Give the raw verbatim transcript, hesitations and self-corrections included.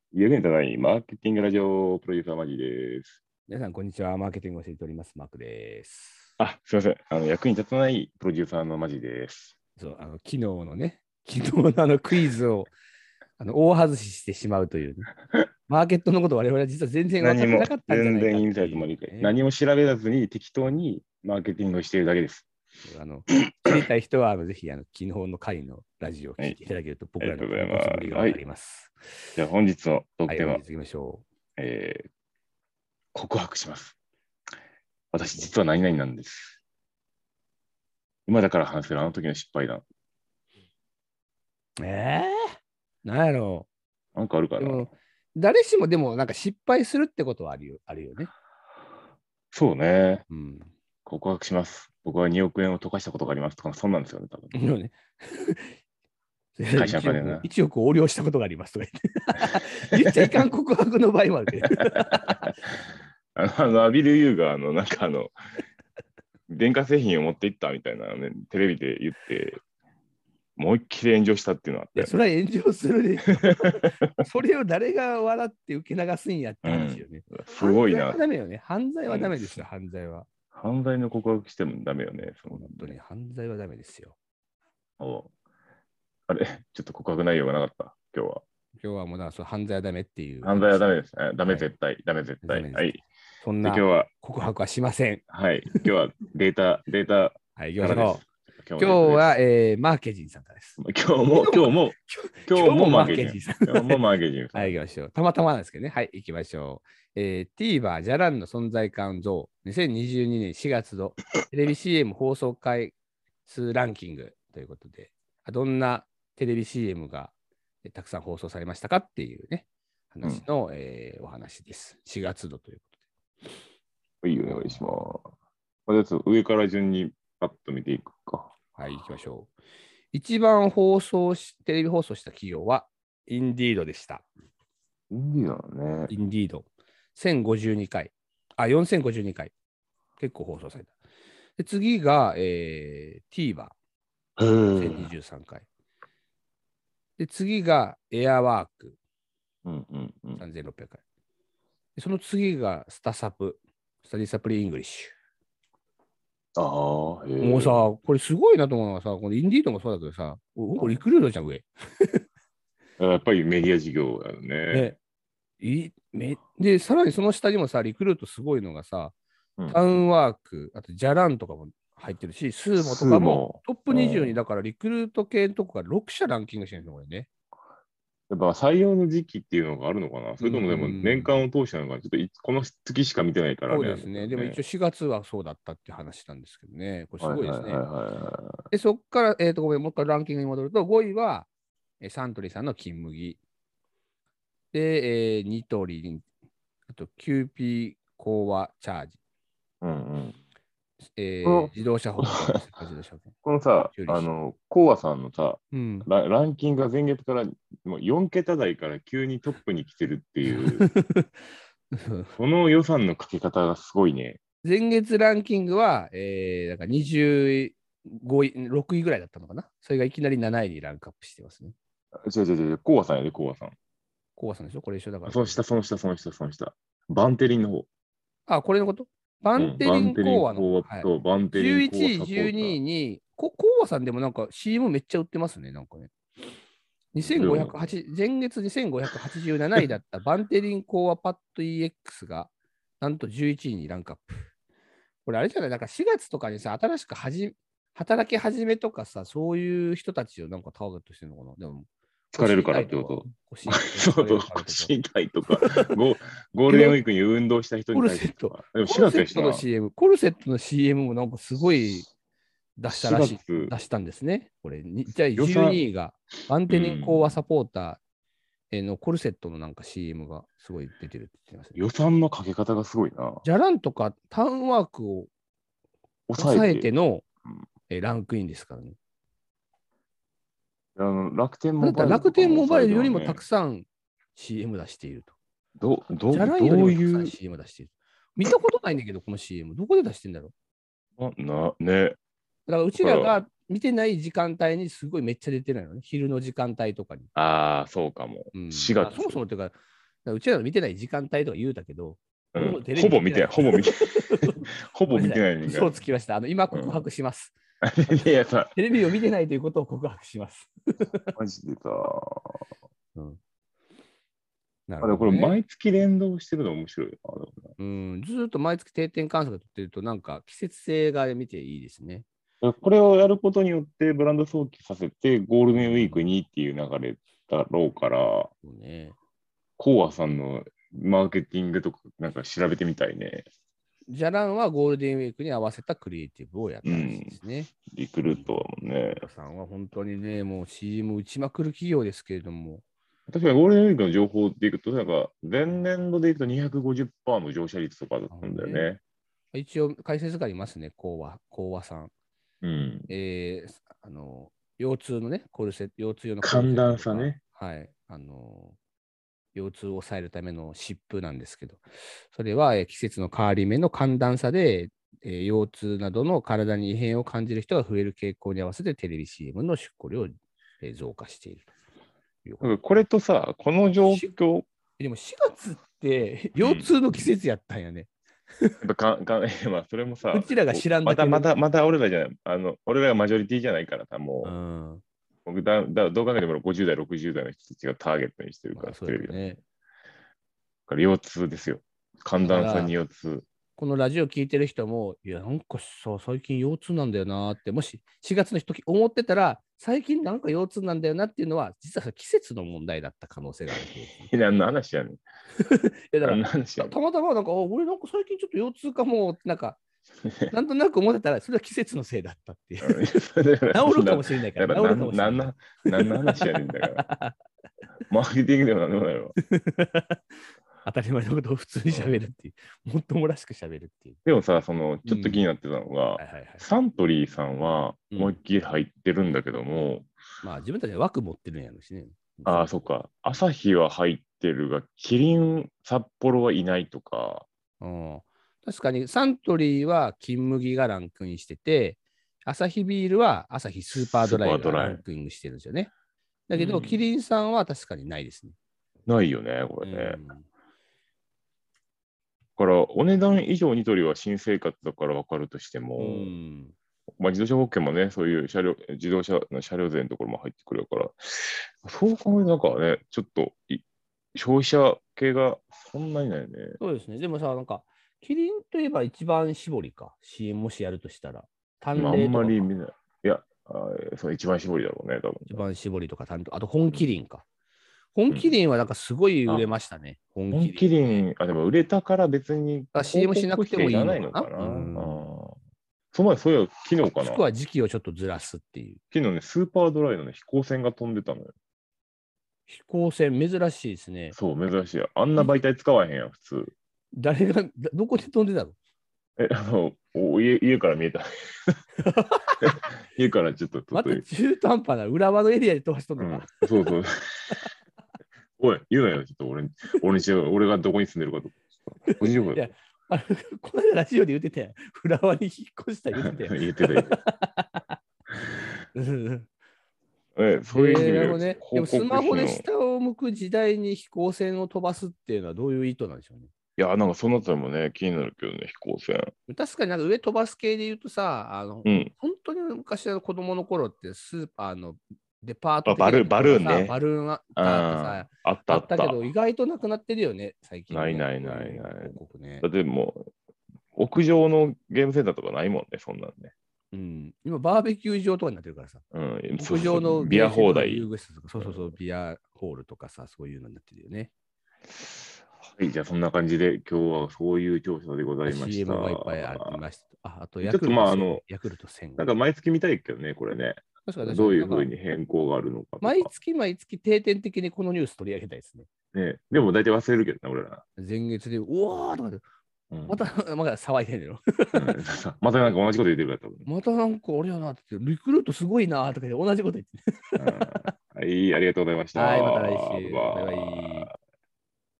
役に立たないマーケティングラジオプロデューサーマジです。 皆さん、こんにちは。マーケティングを教えております。マークです。 あ、すいません。あの役に立たないプロデューサーのマジです。 そう、あの昨日のね、昨日のあのクイズをあの大外ししてしまうというね、マーケットのことを我々は実は全然分か何も、 ってなかったんじゃ全ないかっ然インサイトていう、 も理解、 ね。 何も調べずに適当にマーケティングをしているだけです。 あの知りたい人はあのぜひあの昨日の回のラジオをはい。 聞いていただけると、僕らのありがとうございポンコツぶります。はい。 が分かります。 じゃあ本日のトーはい、 クテーマ、 本日行きましょえー、告白します。私実は何々なんです。今だから話せるあの時の失敗談。 う。えー、なんやろう。 なんかあるかな。 でも、誰しもでもなんか失敗するってことはあるよ、あるよね。 そうね。 うん。 告白します。僕はにおく円を溶かしたことがありますとか、そんなんですよね、多分。 でもね会社の 1 金な。 億、一億横領したことがありますとか言って。言っちゃいかん告白の場合もあるけど。 あの、あのアビル・ユーが、あの、なんかあの、電化製品を持っていったみたいなね、テレビで言って、もう一気で炎上したっていうのがあっいや、 たよね。 それは炎上するでしょ。それを誰が笑って受け流すんやって話よね。 うん、す犯罪ごいな。 はダメよね。犯罪はダうん、 メですよ、犯罪は。 犯罪の告白してもダメよね。そう本当になんだね。 犯罪はダメですよ。 おあれ、ちょっと告白内容がなかった、今日は。 今日はもうだからそう犯罪はダメっていう犯罪は話。 ダメですね。ダメはい、 絶対。ダメ絶対。 ダメです。 はい。 そんなで今日は、 告白はしません。 はい。今日はデータ、データはい、行きからです。 ましょう。 今日今日は、 もデータです。 えーマーケジンさんからです。 今日も、今日も、今日今日もマもマーケジン。 ーケジンさん。 今日もマーケジンさはい、 ん。 行きましょう。たまたまなんですけどね。はい、行きましょう。えー、TVer、ジャランの存在感増、にせんにじゅうにねんしがつ度、テレビ シーエム 放送回数ランキングということで、どんなテレビ シーエム がたくさん放送されましたかっていうね、話の、うんえーお話です。しがつ度というこはい、お願いします。まず上から順にパッと見ていくか。 とで。はい、行きましょう。一番放送し、テレビ放送した企業は、インディードでした。 インディーだね。 インディード。せんごじゅうにかい。あ、よんせんごじゅうにかい。結構放送された。で次が、えー、TVer。せんにじゅうさんかい。で次がエアワーク。 うんうんうん、 さんぜんろっぴゃくかい。でその次がスタサプ。スタディサプリイングリッシああ、 ュ。もうさ、これすごいなと思うのがさ、このインディードもそうだけどさ、これリクルートじゃん、上。 やっぱりメディア事業だよね。 ね。いめで、さらにその下にもさ、リクルートすごいのがさ、 うん、 タウンワーク、あとジャランとかも入ってるし、スーモスとかもーモ、 トップにじゅうに、だからリクルート系のとこがろく社ランキングしてるんですよ、これね。 やっぱ採用の時期っていうのがあるのかな、それともでも年間を通してなのかな、ちょっといこの月しか見てないからね。 そうですね。でも一応しがつはそうだったって話なんですけどね。これすごいですね。で、そこから、えっ、ー、と、ごめん、もう一回ランキングに戻ると、ごいは、えー、サントリーさんの金麦。で、えー、ニトリ、あと、キューピーコーワチャージ。 うんうん。 えー、 この自動車保険。自動車保険このさ、あの、コーアさんのさ、 うん、 ラ、ランキングが前月からもうよん桁台から急にトップに来てるっていう、この予算のかけ方がすごいね。 前月ランキングは、えー、なんかにじゅうごい、ろくいぐらいだったのかな。それがいきなりなないにランクアップしてますね。 違う違う違う、コーアさんやで、コーアさん。 コアさんでしょこれ一緒だから。 その下、その下、その下、その下。バンテリンの方。 あ、これのことバうん、バンテリンンテリンコアの方。 コはい。 アとバンテリンコアじゅういちい、 サポーター。 じゅうにいに、ココアさんでもなんか シーエム めっちゃ売ってますね。なんかね。にせんごひゃくはち前月にせんごひゃくはちじゅうなないだったバンテリンコアパッド イーエックス がなんとじゅういちいにランクアップ。これあれじゃないなんかしがつとかにさ、新しくはじ働き始めとかさ、そういう人たちをなんかターゲットしてるのかなでも疲れるからってこと。そうそう、腰痛いとかゴ、ゴールデンウィークに運動した人に対してとか。でもコルセットの シーエム、コルセットの シーエム もなんかすごい出したらしい。出したんですね。これ、じゃあじゅうにいがバンテリンコアサポーターのコルセットのなんか シーエム がすごい出てるって言ってます、ね。 予算のかけ方がすごいな。 ジャランとかタウンワークを抑えてのランクインですからね。 あの楽天モバイル、 ね、楽天モバイルよりもたくさん シーエム 出していると。 ど、ど、 ジャランよりもたくさん シーエム 出している。見たことないんだけど、この シーエム。どこで出してんだろうな、ね。 だからうちらが見てない時間帯にすごいめっちゃ出てないのね。昼の時間帯とかに。 ああ、そうかも。 うん、 しがつ。 そもそもっていうか、 らうちらの見てない時間帯とか言うたけど、 う俺もテレビんほぼ見てない、ほぼ見てない。ほぼごめんなさい見てない人嘘をつきました。あの今告白します、 間。いやさ、 テレビを見てないということを告白します。 マジでさ。 うん、なあ、でもこれるほどね。 毎月連動してるの面白いな。でもうん、ずーっと毎月定点観測取ってると、なんか季節性が見ていいですね。 なこれをやることによってブランド早期させてゴールデンウィークにっていう流れだろうから、 そうね。 コアさんのマーケティングとかなんか調べてみたいね。 じゃらんはゴールデンウィークに合わせたクリエイティブをやったらしいですね。 リクルートはもんね。 コアさんは本当にね、もう シーエム 打ちまくる企業ですけれども。 確かにゴールデンウィークの情報でいくと、なんか前年度でいくと にひゃくごじゅっパーセント の乗車率とかだったんだよね。 一応、解説がありますね、コア、コアさん。 うん。 えー、あの、腰痛のね、コルセット、腰痛用のコルセット寒とか暖差ね。 はい。あの、腰痛を抑えるための湿布なんですけど、それはえー季節の変わり目の寒暖差で、えー腰痛などの体に異変を感じる人が増える傾向に合わせてテレビ シーエム の出稿量を、えー増加しているということ。 なんかこれとさ、この状況、 でもしがつって腰痛の季節やったんやね。 やっぱかかまあそれもさ、 うちらが知らんだけでまたまたまた俺らじゃない、あの俺らがマジョリティじゃないからさ、もうう、 ん。 僕だだどう考えてもごじゅう代、ろくじゅう代の人たちがターゲットにしてるから、 まあ、そうテレビは。 だよね。 だから腰痛ですよ。寒暖差に腰痛。 このラジオ聞いてる人も、いや、なんかさ、最近腰痛なんだよなって、もししがつの時思ってたら、最近なんか腰痛なんだよなっていうのは、実は季節の問題だった可能性がある。 何の話やねん。 いやだから何の話やねん。 たまたまなんか、あ俺なんか最近ちょっと腰痛かもって、なんか、なんとなく思ってたら、それは季節のせいだったっていう。治るかもしれないから、治るかもしれない。 何の話やねんだから。マーケティングでも何でもないわ。 当たり前のことを普通に喋るっていう、もっともらしく喋るっていう。 でもさ、その、ちょっと気になってたのが、サントリーさんは思いっきり入ってるんだけども、うん、 まあ自分たちで枠持ってるんやろしね。 ああ、そっか。朝日は入ってるが、キリン札幌はいないとか。 うん、確かにサントリーは金麦がランクインしてて、アサヒビールはアサヒスーパードライがランクインしてるんですよね。だけど、うん、キリンさんは確かにないですね。 ないよね、これね。うん、だから、お値段以上ニトリは新生活だから分かるとしても、うん、まあ、自動車保険もね、そういう車両自動車の車両税のところも入ってくるから、そう考えるとなんかね、ちょっと消費者系がそんなにないね。 そうですね。でもさ、なんか、キリンといえば一番搾りか、シーエム もしやるとしたら。 単麗とかあんまり見ない。いや、あその一番搾りだろうね、多分。 一番搾りとか単と、あと本麒麟か。本麒麟はなんかすごい売れましたね。 うん、本麒麟、あ、でも売れたから別にシーエム しなくてもいいのかな。 その前、そういや、昨日かな。 服は時期をちょっとずらすっていう。 昨日ね、スーパードライの、ね、飛行船が飛んでたのよ。 飛行船、珍しいですね。 そう、珍しい。あんな媒体使わへんやん、普通。 誰が、どこで飛んでたの？ え、あの、家家から見えた。家からちょっと。 また中途半端な浦和のエリアで飛ばしとんのか、 うん。そうそう。おい、言うなよ、ちょっと俺に、俺にしよう。俺がどこに住んでるかと。個人情報だよ。 あのこの間ラジオで言ってたやん。浦和に引っ越した言ってたやん。 言ってた言ってた。え、そういう意味で、 ね、でもスマホで下を向く時代に飛行船を飛ばすっていうのはどういう意図なんでしょうね。 いや、なんかそのあたりもね、気になるけどね、飛行船。 確かになんか上飛ばす系で言うとさ、あの、うん、本当に昔の子供の頃ってスーパーのデパートバルバルーンね。 バルーンあったさ、 あったあったけど、意外となくなってるよね、最近、ね。 ないないないない。 ね、 だってもう、屋上のゲームセンターとかないもんね、そんなんね。 うん、今、バーベキュー場とかになってるからさ。 うん、 屋上のビア放題。 そうそうそう、ビアホールとかさ、そういうのになってるよね。 はい、じゃあそんな感じで今日はそういう調査でございました。 シーエム がいっぱいありました。あ、あとヤクルト、ちょっとまああの、 ヤクルトせん。 なんか毎月見たいけどね、これね。確かにどういうふうに変更があるのか。 毎月毎月定点的にこのニュース取り上げたいですね。 ね、でも大体忘れるけどね、俺ら。 前月で、うわーとかで、うん、また、まだ騒いでんのよ。 うん、またなんか同じこと言ってるから、多分。 またなんか俺やなって、リクルートすごいなとかで同じこと言って、 うん。はい、ありがとうございました。 はい、また来週。バイバイ。